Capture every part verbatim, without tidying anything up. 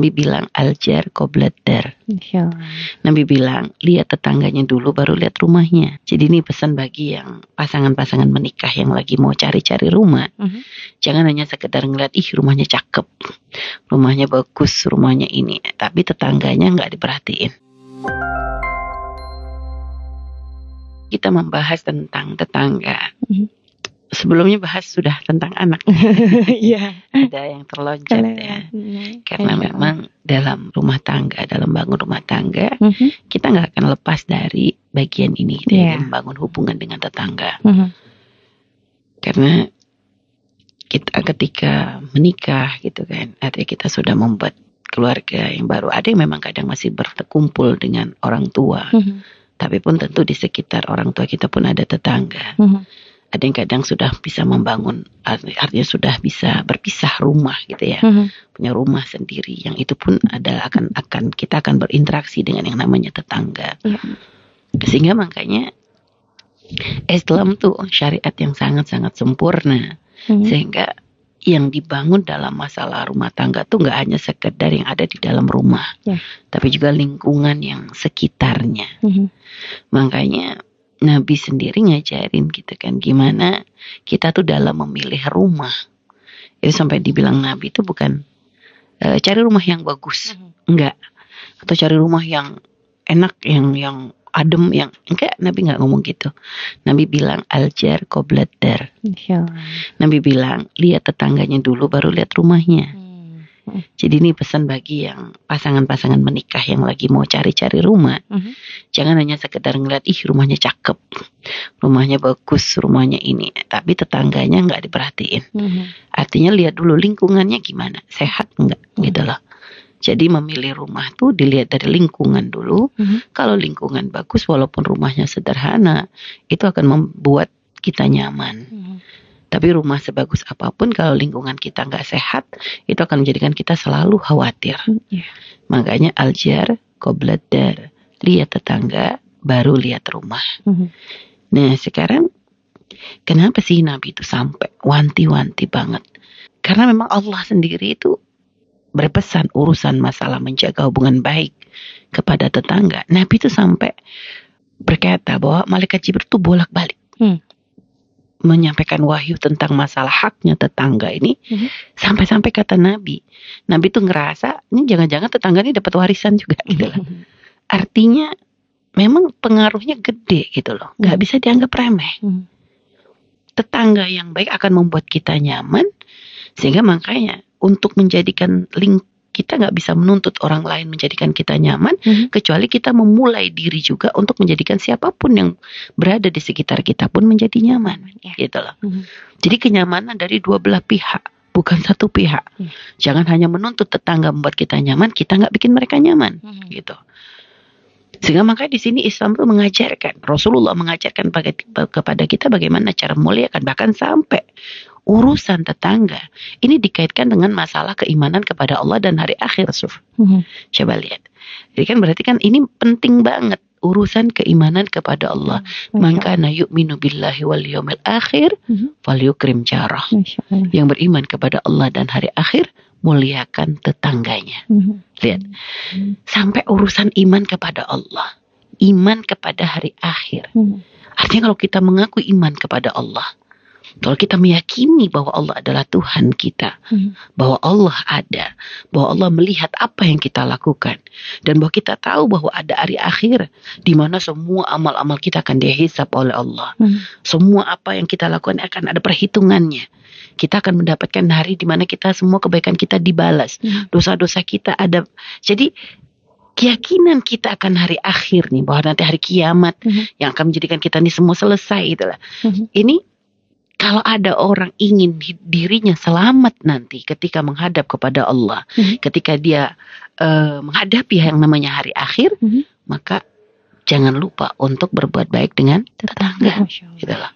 Nabi bilang aljar qoblat dar. Nabi bilang lihat tetangganya dulu baru lihat rumahnya. Jadi ini pesan bagi yang pasangan-pasangan menikah yang lagi mau cari-cari rumah. Uh-huh. Jangan hanya sekedar ngeliat ih rumahnya cakep, rumahnya bagus, rumahnya ini, tapi tetangganya nggak diperhatiin. Kita membahas tentang tetangga. Uh-huh. Sebelumnya bahas sudah tentang anak. Iya. Ada yang terloncat ya. Mm-hmm. Karena Insya memang Allah. Dalam rumah tangga, dalam bangun rumah tangga, mm-hmm. kita nggak akan lepas dari bagian ini, gitu yeah. ya, membangun hubungan dengan tetangga. Mm-hmm. Karena kita ketika menikah, gitu kan, artinya kita sudah membuat keluarga yang baru. Ada yang memang kadang masih berkumpul dengan orang tua, mm-hmm. tapi pun tentu di sekitar orang tua kita pun ada tetangga. Mm-hmm. Ada yang kadang sudah bisa membangun, artinya sudah bisa berpisah rumah gitu ya, mm-hmm. punya rumah sendiri. Yang itu pun adalah akan akan kita akan berinteraksi dengan yang namanya tetangga. Yeah. Sehingga makanya Islam tuh syariat yang sangat-sangat sempurna. Mm-hmm. Sehingga yang dibangun dalam masalah rumah tangga tuh nggak hanya sekedar yang ada di dalam rumah, yeah. tapi juga lingkungan yang sekitarnya. Mm-hmm. Makanya Nabi sendiri ngajarin gitu kan, gimana kita tuh dalam memilih rumah. Itu sampai dibilang Nabi itu bukan e, cari rumah yang bagus, mm-hmm. enggak, atau cari rumah yang enak, yang yang adem, yang enggak. Nabi nggak ngomong gitu. Nabi bilang aljar qoblat dar. Nabi bilang lihat tetangganya dulu baru lihat rumahnya. Jadi ini pesan bagi yang pasangan-pasangan menikah yang lagi mau cari-cari rumah. Uh-huh. Jangan hanya sekedar ngeliat ih rumahnya cakep, rumahnya bagus, rumahnya ini, tapi tetangganya nggak diperhatiin. Uh-huh. Artinya lihat dulu lingkungannya gimana, sehat nggak, uh-huh. gitu loh. Jadi memilih rumah tuh dilihat dari lingkungan dulu. Uh-huh. Kalau lingkungan bagus walaupun rumahnya sederhana, itu akan membuat kita nyaman. Uh-huh. Tapi rumah sebagus apapun kalau lingkungan kita nggak sehat, itu akan menjadikan kita selalu khawatir. Yeah. Makanya aljar qoblat dar. Lihat tetangga, baru lihat rumah. Mm-hmm. Nah sekarang, kenapa sih Nabi itu sampai wanti-wanti banget? Karena memang Allah sendiri itu berpesan urusan masalah menjaga hubungan baik kepada tetangga. Nabi itu sampai berkata bahwa malaikat Jibril itu bolak-balik. Hmm. menyampaikan wahyu tentang masalah haknya tetangga ini, mm-hmm. sampai-sampai kata Nabi, Nabi tuh ngerasa ini jangan-jangan tetangga ini dapat warisan juga gitu lah. Mm-hmm. Artinya memang pengaruhnya gede gitu loh, nggak mm-hmm. bisa dianggap remeh. Mm-hmm. Tetangga yang baik akan membuat kita nyaman, sehingga makanya untuk menjadikan link kita nggak bisa menuntut orang lain menjadikan kita nyaman, mm-hmm. kecuali kita memulai diri juga untuk menjadikan siapapun yang berada di sekitar kita pun menjadi nyaman, yeah. gitu loh. Mm-hmm. Jadi kenyamanan dari dua belah pihak, bukan satu pihak. Yeah. Jangan hanya menuntut tetangga membuat kita nyaman, kita nggak bikin mereka nyaman, mm-hmm. gitu. Sehingga makanya di sini Islam tuh mengajarkan, Rasulullah mengajarkan kepada kita bagaimana cara memuliakan, bahkan sampai urusan tetangga ini dikaitkan dengan masalah keimanan kepada Allah dan hari akhir, Suf. Mm-hmm. Coba lihat. Jadi kan berarti kan ini penting banget urusan keimanan kepada Allah. Mm-hmm. Man kana yu'minu billahi wal yawmil akhir mm-hmm. falyukrim jarah. Yang beriman kepada Allah dan hari akhir, muliakan tetangganya. Mm-hmm. Lihat. Mm-hmm. Sampai urusan iman kepada Allah, iman kepada hari akhir. Mm-hmm. Artinya kalau kita mengaku iman kepada Allah, kalau kita meyakini bahwa Allah adalah Tuhan kita, hmm. bahwa Allah ada, bahwa Allah melihat apa yang kita lakukan, dan bahwa kita tahu bahwa ada hari akhir di mana semua amal-amal kita akan dihisab oleh Allah. Hmm. Semua apa yang kita lakukan akan ada perhitungannya. Kita akan mendapatkan hari di mana kita semua kebaikan kita dibalas, hmm. dosa-dosa kita ada. Jadi keyakinan kita akan hari akhir nih, bahwa nanti hari kiamat hmm. yang akan menjadikan kita ini semua selesai itulah. Hmm. Ini kalau ada orang ingin dirinya selamat nanti ketika menghadap kepada Allah, mm-hmm. ketika dia uh, menghadapi yang namanya hari akhir, mm-hmm. maka jangan lupa untuk berbuat baik dengan tetangga. Itulah.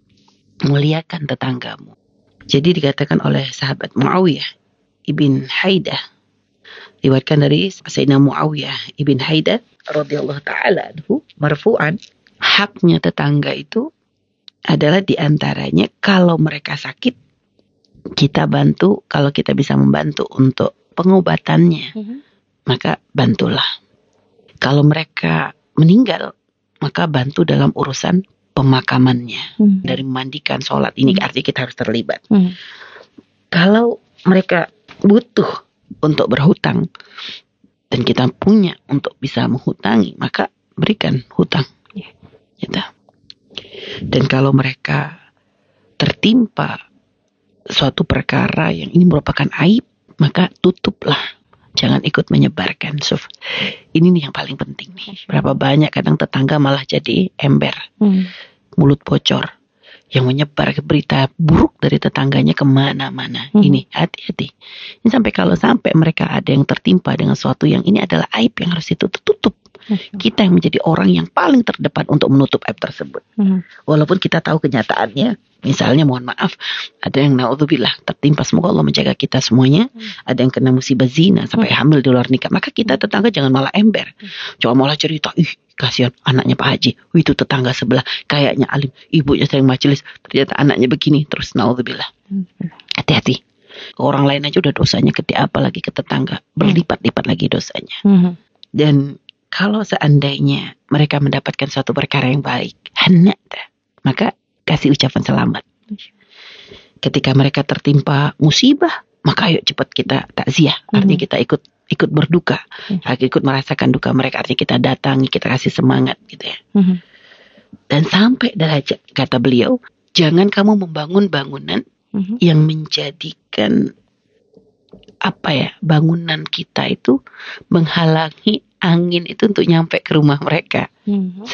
Muliakan tetanggamu. Jadi dikatakan oleh sahabat Muawiyah ibn Haidah, riwayatkan dari Sayyidina Muawiyah ibn Haidah radhiyallahu taala anhu marfu'an, haknya tetangga itu adalah diantaranya kalau mereka sakit kita bantu, kalau kita bisa membantu untuk pengobatannya, mm-hmm. maka bantulah. Kalau mereka meninggal, maka bantu dalam urusan pemakamannya. Mm-hmm. Dari memandikan, sholat, ini mm-hmm. artinya kita harus terlibat. Mm-hmm. Kalau mereka butuh untuk berhutang dan kita punya untuk bisa menghutangi, maka berikan hutang. Yeah. Gitu. Dan kalau mereka tertimpa suatu perkara yang ini merupakan aib, maka tutuplah. Jangan ikut menyebarkan. So, ini nih yang paling penting nih. Berapa banyak kadang tetangga malah jadi ember, hmm. mulut bocor, yang menyebar berita buruk dari tetangganya kemana-mana. Hmm. Ini hati-hati. Ini sampai kalau sampai mereka ada yang tertimpa dengan sesuatu yang ini adalah aib yang harus ditutup. Kita yang menjadi orang yang paling terdepan untuk menutup aib tersebut. Hmm. Walaupun kita tahu kenyataannya, misalnya mohon maaf, ada yang naudzubillah tertimpa, semoga Allah menjaga kita semuanya. Hmm. Ada yang kena musibah zina sampai hmm. hamil di luar nikah. Maka kita tetangga jangan malah ember. Hmm. Coba malah cerita, ih kasihan anaknya Pak Haji, oh, itu tetangga sebelah kayaknya alim, ibunya sering majelis, ternyata anaknya begini. Terus naudzubillah. Hmm. Hati-hati. Orang lain aja udah dosanya gede, apalagi ke tetangga berlipat-lipat lagi dosanya. Hmm. Dan kalau seandainya mereka mendapatkan suatu perkara yang baik, hendak, maka kasih ucapan selamat. Ketika mereka tertimpa musibah, maka ayo cepat kita takziah. Mm-hmm. Artinya kita ikut ikut berduka, mm-hmm. ikut merasakan duka mereka. Artinya kita datangi, kita kasih semangat, gitu ya. Mm-hmm. Dan sampai derajat kata beliau, jangan kamu membangun bangunan mm-hmm. yang menjadikan apa ya, bangunan kita itu menghalangi angin itu untuk nyampe ke rumah mereka. Mm-hmm.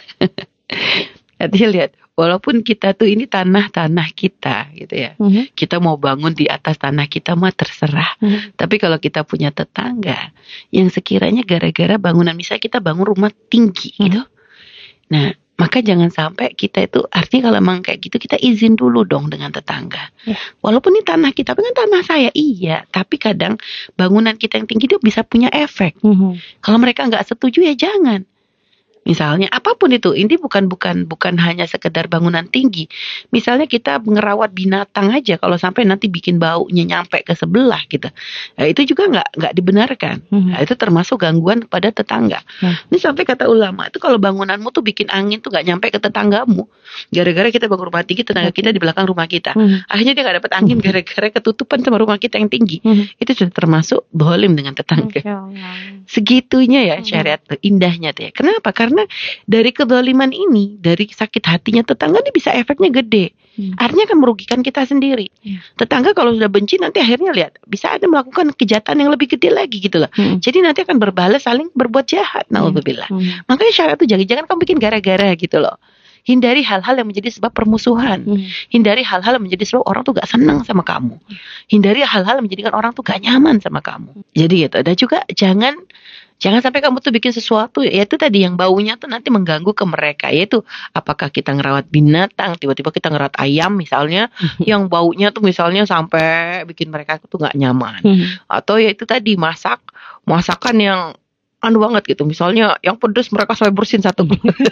Artinya lihat, walaupun kita tuh ini tanah-tanah kita gitu ya. Mm-hmm. Kita mau bangun di atas tanah kita mah terserah. Mm-hmm. Tapi kalau kita punya tetangga yang sekiranya gara-gara bangunan, misalnya kita bangun rumah tinggi mm-hmm. gitu. Nah, maka jangan sampai kita itu, artinya kalau memang kayak gitu kita izin dulu dong dengan tetangga. Yeah. Walaupun ini tanah kita, tapi kan tanah saya, iya. Tapi kadang bangunan kita yang tinggi itu bisa punya efek. Mm-hmm. Kalau mereka nggak setuju ya jangan. Misalnya apapun itu, ini bukan bukan bukan hanya sekedar bangunan tinggi. Misalnya kita ngerawat binatang aja, kalau sampai nanti bikin baunya nyampe ke sebelah gitu, nah, itu juga nggak nggak dibenarkan. Mm-hmm. Nah, itu termasuk gangguan kepada tetangga. Mm. Ini sampai kata ulama itu kalau bangunanmu tuh bikin angin tuh nggak nyampe ke tetanggamu, gara-gara kita bangun rumah tinggi, tetangga kita di belakang rumah kita, mm-hmm. akhirnya dia nggak dapat angin gara-gara ketutupan sama rumah kita yang tinggi. Mm-hmm. Itu sudah termasuk zalim dengan tetangga. Mm-hmm. Segitunya ya syariat tuh, indahnya tuh ya. Kenapa? Karena Karena dari kezaliman ini, dari sakit hatinya tetangga ini bisa efeknya gede. Hmm. Artinya akan merugikan kita sendiri. Yeah. Tetangga kalau sudah benci nanti akhirnya lihat, bisa ada melakukan kejahatan yang lebih gede lagi gitu loh. Hmm. Jadi nanti akan berbalas saling berbuat jahat. Naudzubillah. Hmm. Makanya syariat itu jangan, jangan kamu bikin gara-gara gitu loh. Hindari hal-hal yang menjadi sebab permusuhan. Hmm. Hindari hal-hal yang menjadi sebab orang tuh gak senang sama kamu. Hindari hal-hal yang menjadikan orang tuh gak nyaman sama kamu. Jadi gitu. Dan juga jangan Jangan sampai kamu tuh bikin sesuatu, yaitu tadi yang baunya tuh nanti mengganggu ke mereka. Yaitu apakah kita ngerawat binatang, tiba-tiba kita ngerawat ayam misalnya, mm-hmm. yang baunya tuh misalnya sampai bikin mereka tuh gak nyaman. Mm-hmm. Atau yaitu tadi masak, masakan yang anu banget gitu. Misalnya yang pedes mereka sampai bersin satu.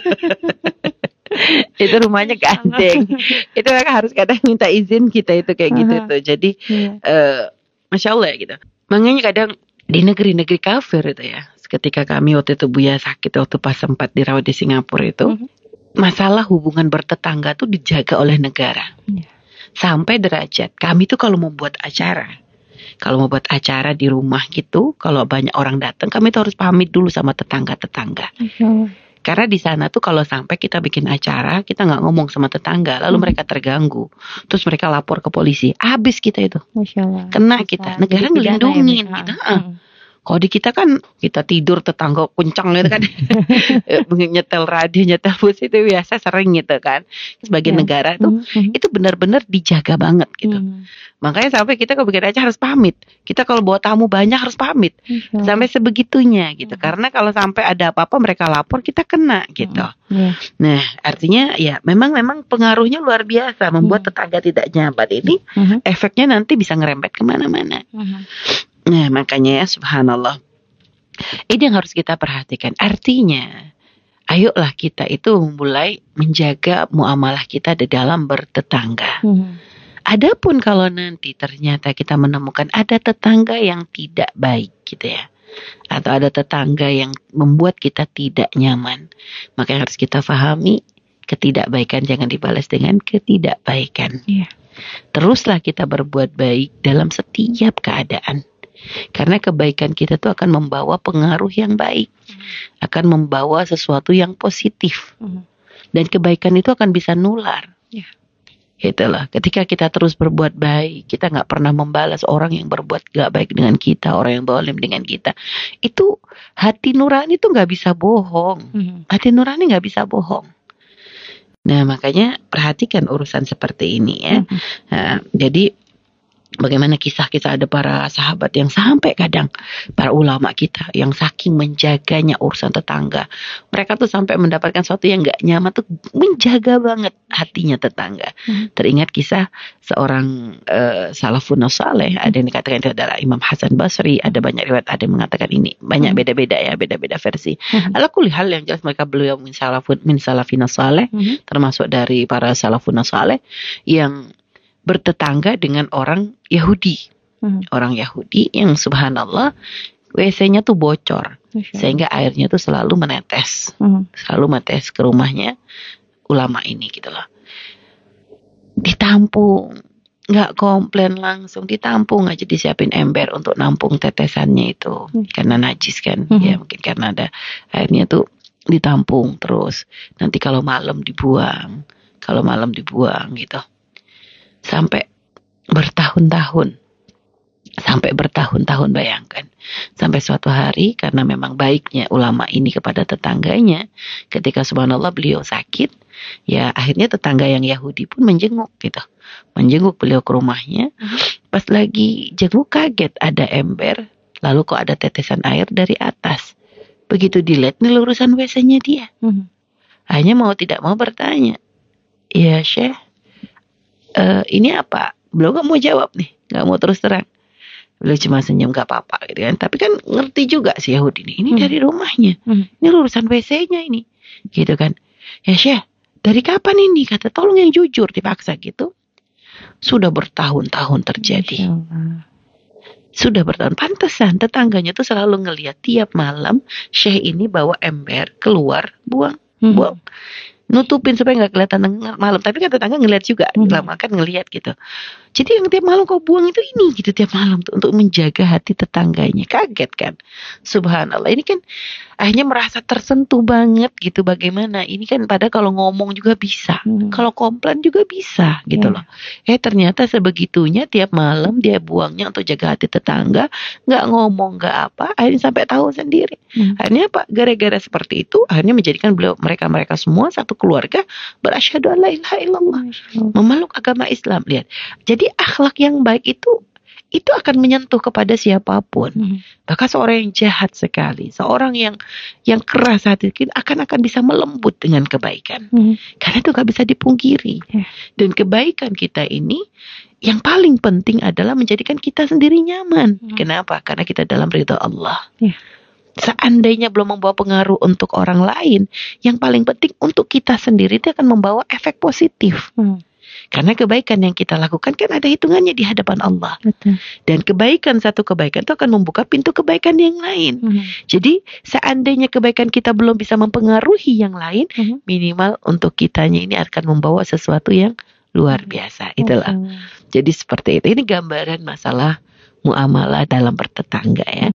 Itu rumahnya gandeng. Itu mereka harus kadang minta izin kita itu kayak gitu uh-huh. tuh. Jadi yeah. uh, Masya Allah ya gitu. Makanya kadang di negeri-negeri kafir itu ya, ketika kami waktu itu Buya sakit waktu pas sempat dirawat di Singapura itu, mm-hmm. masalah hubungan bertetangga tuh dijaga oleh negara. Yeah. Sampai derajat kami tuh kalau mau buat acara, kalau mau buat acara di rumah gitu, kalau banyak orang datang, kami tuh harus pamit dulu sama tetangga-tetangga. Mm-hmm. Karena di sana tuh kalau sampai kita bikin acara, kita nggak ngomong sama tetangga, lalu hmm. mereka terganggu, terus mereka lapor ke polisi, habis kita itu, Masya Allah. Kena kita, negara ngelindungin ya, gitu. Hmm. Kalau di kita kan kita tidur tetangga kencang gitu kan, nyetel radio, nyetel musik itu biasa sering gitu kan. Sebagai yeah. negara tuh mm-hmm. itu benar-benar dijaga banget gitu. Mm. Makanya sampai kita kalau bikin aja harus pamit. Kita kalau bawa tamu banyak harus pamit. Mm-hmm. Sampai sebegitunya gitu. Mm-hmm. Karena kalau sampai ada apa-apa mereka lapor kita kena gitu. Mm-hmm. Yeah. Nah artinya ya memang memang pengaruhnya luar biasa. Membuat mm-hmm. tetangga tidak nyaman ini mm-hmm. efeknya nanti bisa ngerempet kemana-mana. Mm-hmm. Nah makanya ya subhanallah, ini yang harus kita perhatikan. Artinya ayolah kita itu mulai menjaga muamalah kita di dalam bertetangga. Hmm. Adapun kalau nanti ternyata kita menemukan ada tetangga yang tidak baik gitu ya, atau ada tetangga yang membuat kita tidak nyaman, maka yang harus kita pahami, ketidakbaikan jangan dibalas dengan ketidakbaikan. Iya. Teruslah kita berbuat baik dalam setiap keadaan. Karena kebaikan kita tuh akan membawa pengaruh yang baik, hmm. akan membawa sesuatu yang positif, hmm. dan kebaikan itu akan bisa nular. Yeah. Itulah. Ketika kita terus berbuat baik, kita nggak pernah membalas orang yang berbuat nggak baik dengan kita, orang yang zalim dengan kita. Itu hati nurani itu nggak bisa bohong. Hmm. Hati nurani nggak bisa bohong. Nah makanya perhatikan urusan seperti ini ya. Hmm. Nah, jadi bagaimana kisah-kisah ada para sahabat yang sampai kadang para ulama kita yang saking menjaganya urusan tetangga, mereka tuh sampai mendapatkan sesuatu yang gak nyaman tuh menjaga banget hatinya tetangga. Hmm. Teringat kisah seorang uh, salafun saleh, ada yang dikatakan itu adalah Imam Hasan Basri, ada banyak riwayat ada yang mengatakan ini, banyak hmm. beda-beda ya, beda-beda versi. Hmm. Ala kulli hal yang jelas mereka beliau min salafun min salafina saleh, hmm. termasuk dari para salafun saleh yang bertetangga dengan orang Yahudi. Hmm. Orang Yahudi yang subhanallah W C-nya tuh bocor. Masya. Sehingga airnya tuh selalu menetes. Hmm. Selalu menetes ke rumahnya ulama ini gitu loh. Ditampung. Gak komplain langsung. Ditampung aja, disiapin ember untuk nampung tetesannya itu. Hmm. Karena najis kan. Hmm. Ya mungkin karena ada airnya tuh ditampung terus. Nanti kalau malam dibuang. Kalau malam dibuang gitu. Sampai bertahun-tahun, sampai bertahun-tahun bayangkan, sampai suatu hari karena memang baiknya ulama ini kepada tetangganya, ketika subhanallah beliau sakit, ya akhirnya tetangga yang Yahudi pun menjenguk gitu, menjenguk beliau ke rumahnya. Pas lagi jenguk kaget ada ember, lalu kok ada tetesan air dari atas. Begitu dilihat nih urusan W C-nya dia, hanya mau tidak mau bertanya, ya Syekh, Uh, ini apa? Beliau gak mau jawab nih, gak mau terus terang. Beliau cuma senyum, gak apa-apa gitu kan. Tapi kan ngerti juga si Yahudi ini, ini hmm. dari rumahnya, hmm. ini urusan W C-nya ini, gitu kan. Ya Syekh, dari kapan ini? Kata tolong yang jujur, dipaksa gitu. Sudah bertahun-tahun terjadi. Sudah bertahun, pantesan tetangganya tuh selalu ngelihat tiap malam Syekh ini bawa ember keluar, buang, hmm. buang. Nutupin supaya nggak kelihatan malam, tapi kan tetangga ngelihat juga, hmm. lama kan ngelihat gitu. Jadi yang tiap malam kau buang itu ini gitu tiap malam tuh untuk menjaga hati tetangganya. Kaget kan, subhanallah. Ini kan akhirnya merasa tersentuh banget gitu. Bagaimana ini kan pada kalau ngomong juga bisa, hmm. kalau komplain juga bisa gitu yeah. loh. Eh ternyata sebegitunya tiap malam dia buangnya untuk jaga hati tetangga, nggak ngomong nggak apa, akhirnya sampai tahu sendiri. Hmm. Akhirnya apa? Gara-gara seperti itu, akhirnya menjadikan beliau mereka mereka semua satu keluarga berasyhadu an la ilaha illallah, memeluk agama Islam. Lihat, jadi akhlak yang baik itu itu akan menyentuh kepada siapapun. Hmm. Bahkan seorang yang jahat sekali, seorang yang yang keras hati akan akan bisa melembut dengan kebaikan. Hmm. Karena itu gak bisa dipungkiri. Yeah. Dan kebaikan kita ini yang paling penting adalah menjadikan kita sendiri nyaman. Hmm. Kenapa? Karena kita dalam ridha Allah. Yeah. Seandainya belum membawa pengaruh untuk orang lain, yang paling penting untuk kita sendiri itu akan membawa efek positif. Hmm. Karena kebaikan yang kita lakukan kan ada hitungannya di hadapan Allah. Betul. Dan kebaikan, satu kebaikan itu akan membuka pintu kebaikan yang lain. Hmm. Jadi seandainya kebaikan kita belum bisa mempengaruhi yang lain, hmm. minimal untuk kitanya ini akan membawa sesuatu yang luar biasa. Itulah. Hmm. Jadi seperti itu. Ini gambaran masalah muamalah dalam bertetangga ya.